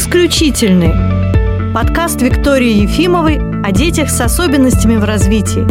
Исключительный. Подкаст Виктории Ефимовой о детях с особенностями в развитии.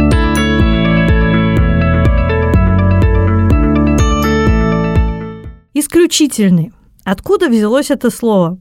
Исключительный. Откуда взялось это слово?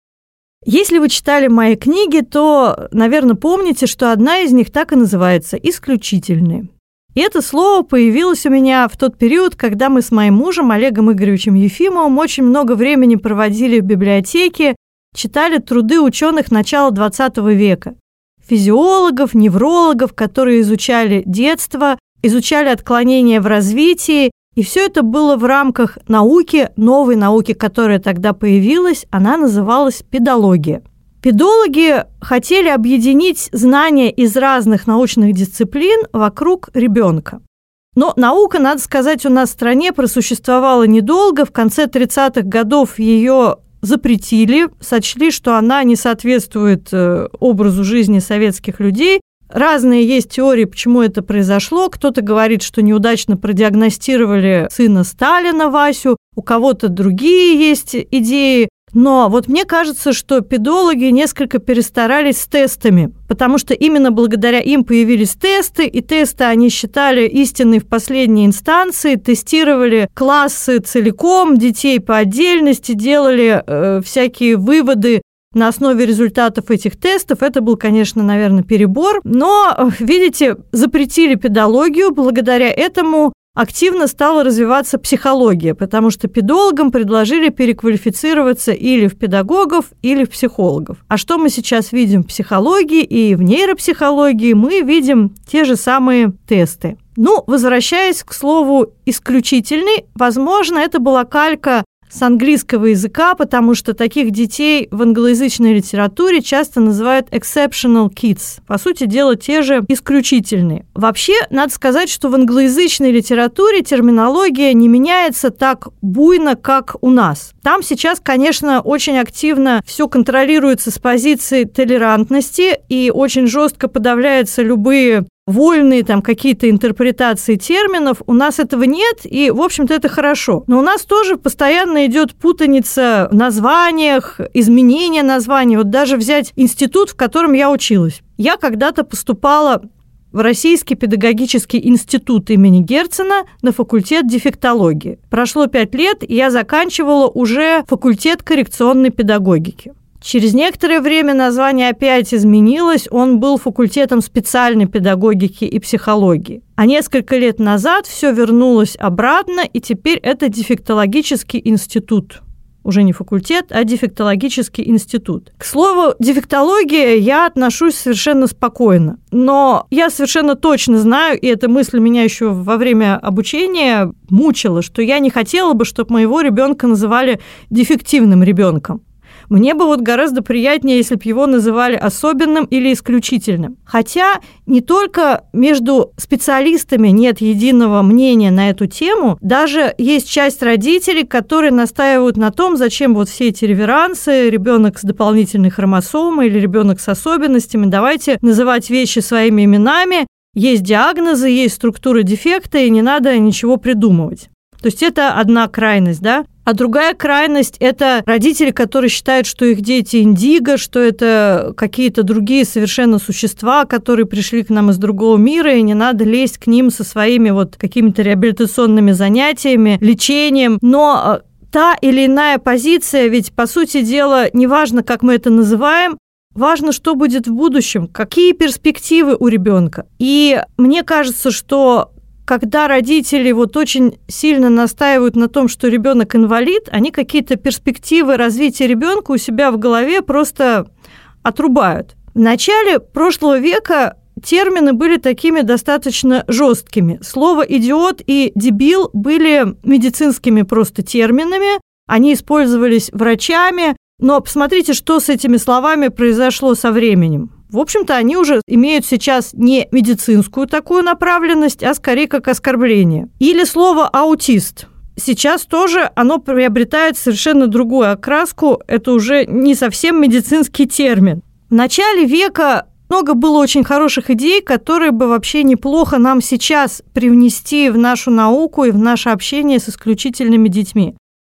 Если вы читали мои книги, то, наверное, помните, что одна из них так и называется «Исключительный». И это слово появилось у меня в тот период, когда мы с моим мужем Олегом Игоревичем Ефимовым очень много времени проводили в библиотеке, читали труды ученых начала XX века. Физиологов, неврологов, которые изучали детство, изучали отклонения в развитии. И все это было в рамках науки, новой науки, которая тогда появилась, она называлась педология. Педологи хотели объединить знания из разных научных дисциплин вокруг ребенка. Но наука, надо сказать, у нас в стране просуществовала недолго. В конце 30-х годов ее запретили, сочли, что она не соответствует образу жизни советских людей. Разные есть теории, почему это произошло. Кто-то говорит, что неудачно продиагностировали сына Сталина, Васю, у кого-то другие есть идеи. Но вот мне кажется, что педологи несколько перестарались с тестами, потому что именно благодаря им появились тесты, и тесты они считали истинной в последней инстанции, тестировали классы целиком, детей по отдельности, делали всякие выводы на основе результатов этих тестов. Это был, конечно, наверное, перебор, но, видите, запретили педологию, благодаря этому активно стала развиваться психология, потому что педологам предложили переквалифицироваться или в педагогов, или в психологов. А что мы сейчас видим в психологии и в нейропсихологии? Мы видим те же самые тесты. Возвращаясь к слову «исключительный», возможно, это была калька с английского языка, потому что таких детей в англоязычной литературе часто называют exceptional kids. По сути дела, те же исключительные. Вообще, надо сказать, что в англоязычной литературе терминология не меняется так буйно, как у нас. Там сейчас, конечно, очень активно все контролируется с позиции толерантности и очень жестко подавляются любые вольные там какие-то интерпретации терминов. У нас этого нет, и, в общем-то, это хорошо. Но у нас тоже постоянно идет путаница в названиях, изменение названий. Вот даже взять институт, в котором я училась. Я когда-то поступала в Российский педагогический институт имени Герцена на факультет дефектологии. Прошло 5 лет, и я заканчивала уже факультет коррекционной педагогики. Через некоторое время название опять изменилось, он был факультетом специальной педагогики и психологии. А несколько лет назад все вернулось обратно, и теперь это дефектологический институт. Уже не факультет, а дефектологический институт. К слову, дефектология я отношусь совершенно спокойно. Но я совершенно точно знаю, и эта мысль меня еще во время обучения мучила, что я не хотела бы, чтобы моего ребенка называли дефективным ребенком. Мне бы вот гораздо приятнее, если бы его называли особенным или исключительным. Хотя не только между специалистами нет единого мнения на эту тему, даже есть часть родителей, которые настаивают на том, зачем вот все эти реверансы, ребенок с дополнительной хромосомой или ребенок с особенностями, давайте называть вещи своими именами, есть диагнозы, есть структура дефекта, и не надо ничего придумывать. То есть это одна крайность, да? А другая крайность – это родители, которые считают, что их дети индиго, что это какие-то другие совершенно существа, которые пришли к нам из другого мира, и не надо лезть к ним со своими вот какими-то реабилитационными занятиями, лечением. Но та или иная позиция, ведь, по сути дела, неважно, как мы это называем, важно, что будет в будущем, какие перспективы у ребенка. И мне кажется, что когда родители вот очень сильно настаивают на том, что ребенок инвалид, они какие-то перспективы развития ребенка у себя в голове просто отрубают. В начале прошлого века термины были такими достаточно жесткими. Слово «идиот» и «дебил» были медицинскими просто терминами, они использовались врачами, но посмотрите, что с этими словами произошло со временем. В общем-то, они уже имеют сейчас не медицинскую такую направленность, а скорее как оскорбление. Или слово «аутист». Сейчас тоже оно приобретает совершенно другую окраску. Это уже не совсем медицинский термин. В начале века много было очень хороших идей, которые бы вообще неплохо нам сейчас привнести в нашу науку и в наше общение с исключительными детьми.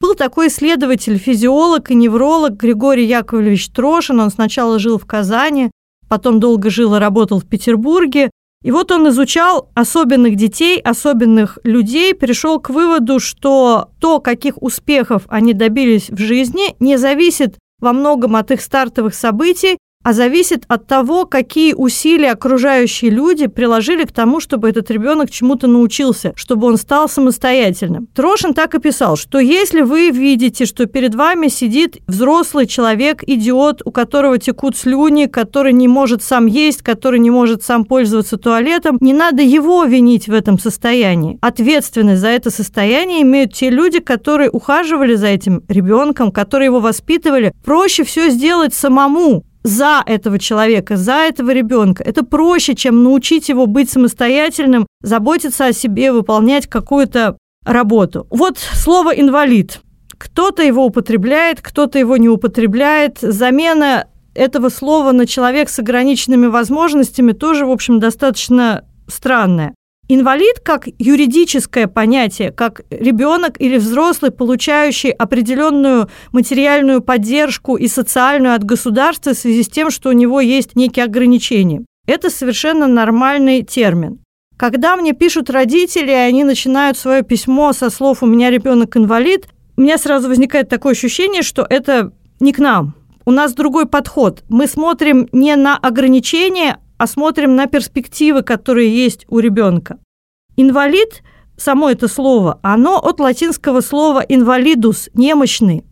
Был такой исследователь, физиолог и невролог Григорий Яковлевич Трошин. Он сначала жил в Казани, потом долго жил и работал в Петербурге. И вот он изучал особенных детей, особенных людей, пришел к выводу, что то, каких успехов они добились в жизни, не зависит во многом от их стартовых событий, а зависит от того, какие усилия окружающие люди приложили к тому, чтобы этот ребенок чему-то научился, чтобы он стал самостоятельным. Трошин так и писал, что если вы видите, что перед вами сидит взрослый человек, идиот, у которого текут слюни, который не может сам есть, который не может сам пользоваться туалетом, не надо его винить в этом состоянии. Ответственность за это состояние имеют те люди, которые ухаживали за этим ребенком, которые его воспитывали. Проще все сделать самому. За этого человека, за этого ребенка. Это проще, чем научить его быть самостоятельным, заботиться о себе, выполнять какую-то работу. Вот слово «инвалид». Кто-то его употребляет, кто-то его не употребляет. Замена этого слова на «человек с ограниченными возможностями» тоже, в общем, достаточно странная. Инвалид как юридическое понятие, как ребенок или взрослый, получающий определенную материальную поддержку и социальную от государства в связи с тем, что у него есть некие ограничения. Это совершенно нормальный термин. Когда мне пишут родители, и они начинают свое письмо со слов «у меня ребенок инвалид», у меня сразу возникает такое ощущение, что это не к нам. У нас другой подход. Мы смотрим не на ограничения, а смотрим на перспективы, которые есть у ребенка. Инвалид, само это слово, оно от латинского слова «инвалидус» – немощный.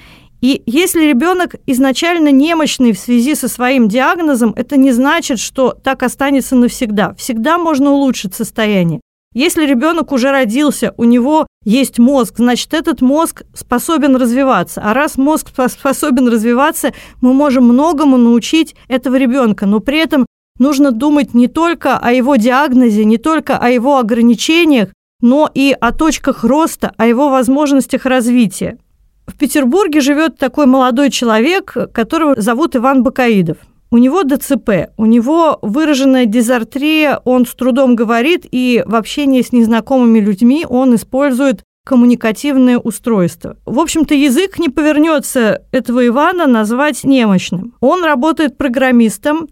И если ребенок изначально немощный в связи со своим диагнозом, это не значит, что так останется навсегда. Всегда можно улучшить состояние. Если ребенок уже родился, у него есть мозг, значит, этот мозг способен развиваться. А раз мозг способен развиваться, мы можем многому научить этого ребенка, но при этом нужно думать не только о его диагнозе, не только о его ограничениях, но и о точках роста, о его возможностях развития. В Петербурге живет такой молодой человек, которого зовут Иван Бакаидов. У него ДЦП, у него выраженная дизартрия, он с трудом говорит, и в общении с незнакомыми людьми он использует коммуникативное устройство. В общем-то, язык не повернется этого Ивана назвать немощным. Он работает программистом,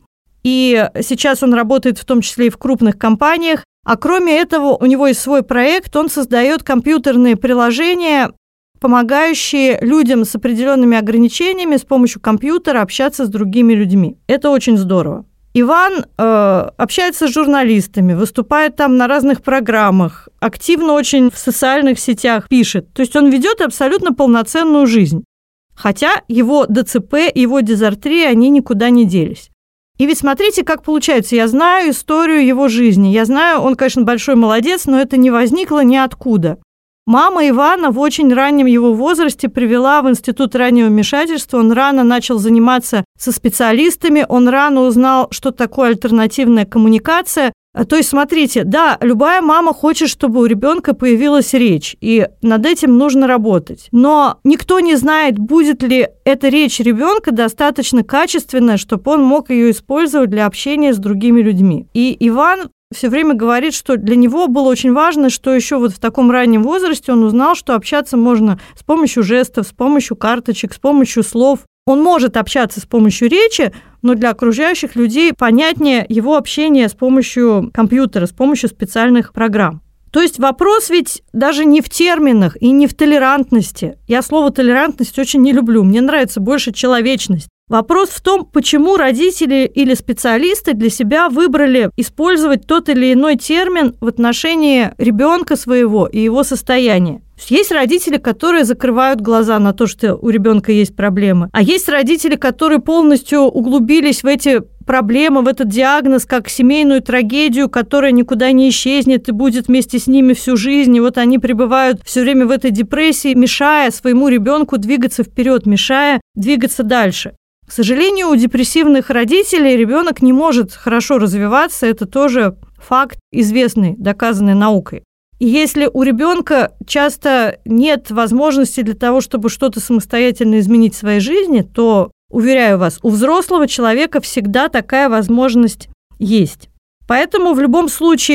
и сейчас он работает в том числе и в крупных компаниях. А кроме этого, у него есть свой проект, он создает компьютерные приложения, помогающие людям с определенными ограничениями с помощью компьютера общаться с другими людьми. Это очень здорово. Иван общается с журналистами, выступает там на разных программах, активно очень в социальных сетях пишет. То есть он ведет абсолютно полноценную жизнь. Хотя его ДЦП и его дизартрия, они никуда не делись. И ведь смотрите, как получается. Я знаю историю его жизни. Я знаю, он, конечно, большой молодец, но это не возникло ниоткуда. Мама Ивана в очень раннем его возрасте привела в институт раннего вмешательства. Он рано начал заниматься со специалистами, он рано узнал, что такое альтернативная коммуникация. То есть, смотрите, да, любая мама хочет, чтобы у ребенка появилась речь, и над этим нужно работать. Но никто не знает, будет ли эта речь ребенка достаточно качественная, чтобы он мог ее использовать для общения с другими людьми. И Иван все время говорит, что для него было очень важно, что еще вот в таком раннем возрасте он узнал, что общаться можно с помощью жестов, с помощью карточек, с помощью слов. Он может общаться с помощью речи, но для окружающих людей понятнее его общение с помощью компьютера, с помощью специальных программ. То есть вопрос ведь даже не в терминах и не в толерантности. Я слово «толерантность» очень не люблю, мне нравится больше человечность. Вопрос в том, почему родители или специалисты для себя выбрали использовать тот или иной термин в отношении ребенка своего и его состояния. Есть родители, которые закрывают глаза на то, что у ребенка есть проблемы, а есть родители, которые полностью углубились в эти проблемы, в этот диагноз, как семейную трагедию, которая никуда не исчезнет и будет вместе с ними всю жизнь. И вот они пребывают все время в этой депрессии, мешая своему ребенку двигаться вперед, мешая двигаться дальше. К сожалению, у депрессивных родителей ребенок не может хорошо развиваться. Это тоже факт известный, доказанный наукой. И если у ребенка часто нет возможности для того, чтобы что-то самостоятельно изменить в своей жизни, то, уверяю вас, у взрослого человека всегда такая возможность есть. Поэтому в любом случае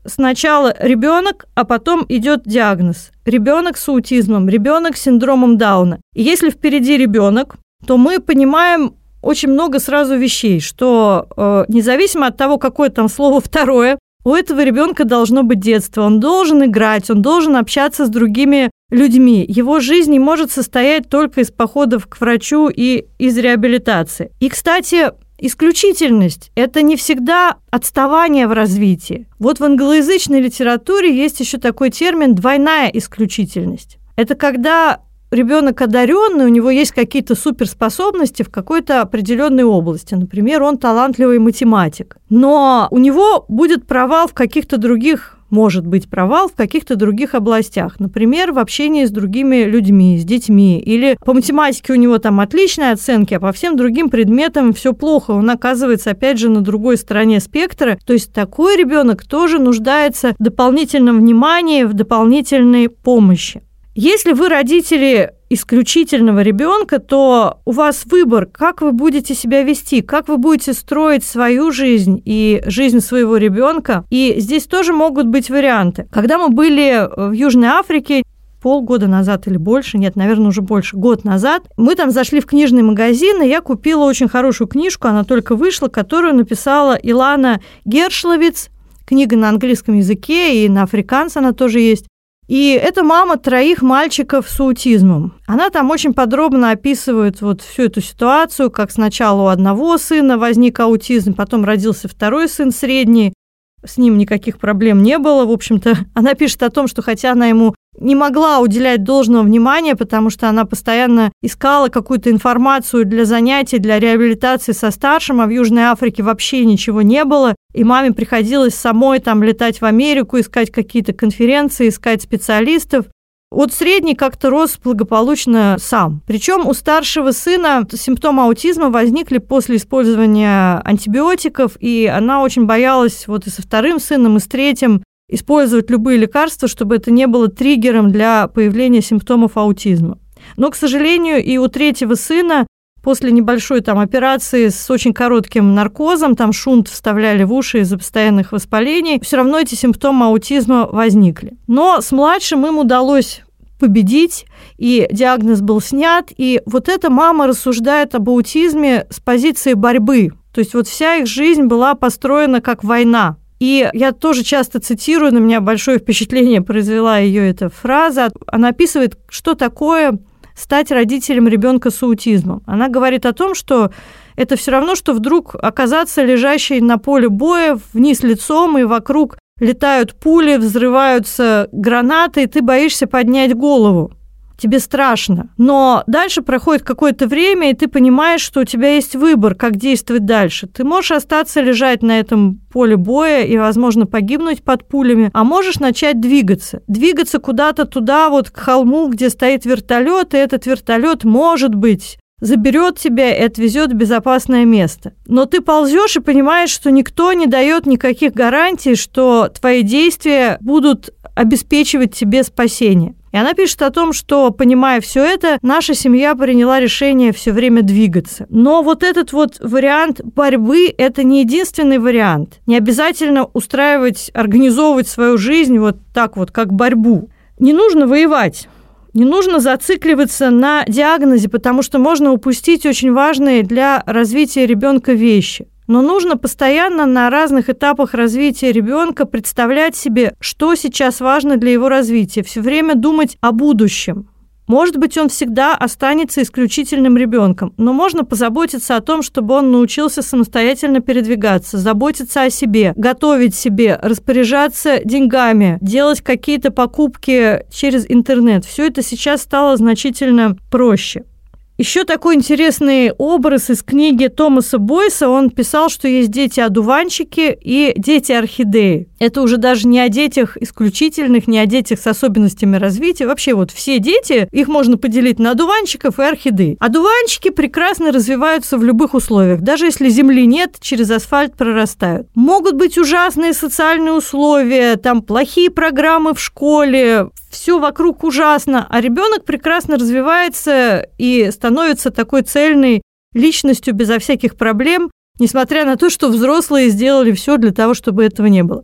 сначала ребенок, а потом идет диагноз. Ребенок с аутизмом, ребенок с синдромом Дауна. И если впереди ребенок, то мы понимаем очень много сразу вещей, что независимо от того, какое там слово второе, у этого ребенка должно быть детство. Он должен играть, он должен общаться с другими людьми. Его жизнь не может состоять только из походов к врачу и из реабилитации. И, кстати, исключительность – это не всегда отставание в развитии. Вот в англоязычной литературе есть еще такой термин «двойная исключительность». Это когда ребенок одаренный, у него есть какие-то суперспособности в какой-то определенной области. Например, он талантливый математик. Но у него будет провал в каких-то других, может быть провал в каких-то других областях. Например, в общении с другими людьми, с детьми. Или по математике у него там отличные оценки, а по всем другим предметам все плохо. Он оказывается, опять же, на другой стороне спектра. То есть такой ребенок тоже нуждается в дополнительном внимании, в дополнительной помощи. Если вы родители исключительного ребенка, то у вас выбор, как вы будете себя вести, как вы будете строить свою жизнь и жизнь своего ребенка. И здесь тоже могут быть варианты. Когда мы были в Южной Африке полгода назад или больше, нет, наверное, уже больше, год назад, мы там зашли в книжный магазин, и я купила очень хорошую книжку, она только вышла, которую написала Илана Гершловиц. Книга на английском языке, и на африканце она тоже есть. И это мама 3 мальчиков с аутизмом. Она там очень подробно описывает вот всю эту ситуацию, как сначала у одного сына возник аутизм, потом родился второй сын средний, с ним никаких проблем не было. В общем-то, она пишет о том, что хотя она ему не могла уделять должного внимания, потому что она постоянно искала какую-то информацию для занятий, для реабилитации со старшим, а в Южной Африке вообще ничего не было, и маме приходилось самой там летать в Америку, искать какие-то конференции, искать специалистов. Вот средний как-то рос благополучно сам. Причем у старшего сына симптомы аутизма возникли после использования антибиотиков, и она очень боялась вот и со вторым сыном, и с третьим использовать любые лекарства, чтобы это не было триггером для появления симптомов аутизма. Но, к сожалению, и у третьего сына после небольшой там операции с очень коротким наркозом, там шунт вставляли в уши из-за постоянных воспалений, все равно эти симптомы аутизма возникли. Но с младшим им удалось победить, и диагноз был снят, и вот эта мама рассуждает об аутизме с позиции борьбы. То есть вот вся их жизнь была построена как война. И я тоже часто цитирую, на меня большое впечатление произвела ее эта фраза. Она описывает, что такое стать родителем ребенка с аутизмом. Она говорит о том, что это все равно, что вдруг оказаться лежащей на поле боя вниз лицом, и вокруг летают пули, взрываются гранаты, и ты боишься поднять голову. Тебе страшно. Но дальше проходит какое-то время, и ты понимаешь, что у тебя есть выбор, как действовать дальше. Ты можешь остаться лежать на этом поле боя и, возможно, погибнуть под пулями, а можешь начать двигаться. Двигаться куда-то туда, вот к холму, где стоит вертолет, и этот вертолет, может быть, заберет тебя и отвезет в безопасное место. Но ты ползешь и понимаешь, что никто не дает никаких гарантий, что твои действия будут обеспечивать тебе спасение. И она пишет о том, что, понимая все это, наша семья приняла решение все время двигаться. Но вот этот вот вариант борьбы – это не единственный вариант. Не обязательно устраивать, организовывать свою жизнь вот так вот, как борьбу. Не нужно воевать. Не нужно зацикливаться на диагнозе, потому что можно упустить очень важные для развития ребенка вещи. Но нужно постоянно на разных этапах развития ребенка представлять себе, что сейчас важно для его развития, все время думать о будущем. Может быть, он всегда останется исключительным ребенком, но можно позаботиться о том, чтобы он научился самостоятельно передвигаться, заботиться о себе, готовить себе, распоряжаться деньгами, делать какие-то покупки через интернет. Все это сейчас стало значительно проще. Еще такой интересный образ из книги Томаса Бойса. Он писал, что есть дети-одуванчики и дети-орхидеи. Это уже даже не о детях исключительных, не о детях с особенностями развития. Вообще вот все дети, их можно поделить на одуванчиков и орхидей. Одуванчики прекрасно развиваются в любых условиях. Даже если земли нет, через асфальт прорастают. Могут быть ужасные социальные условия, там плохие программы в школе, все вокруг ужасно, а ребенок прекрасно развивается и становится такой цельной личностью безо всяких проблем, несмотря на то, что взрослые сделали все для того, чтобы этого не было.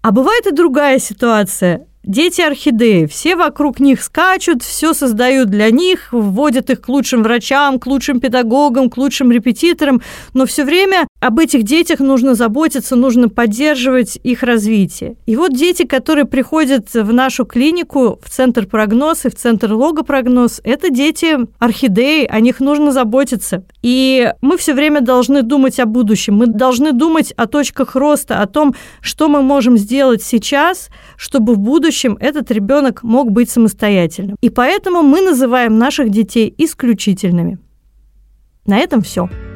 А бывает и другая ситуация. Дети-орхидеи, все вокруг них скачут, все создают для них, вводят их к лучшим врачам, к лучшим педагогам, к лучшим репетиторам, но все время об этих детях нужно заботиться, нужно поддерживать их развитие. И вот дети, которые приходят в нашу клинику, в Центр Прогноз и в Центр Логопрогноз, это дети-орхидеи, о них нужно заботиться. И мы все время должны думать о будущем, мы должны думать о точках роста, о том, что мы можем сделать сейчас, чтобы в будущем этот ребенок мог быть самостоятельным. И поэтому мы называем наших детей исключительными. На этом все.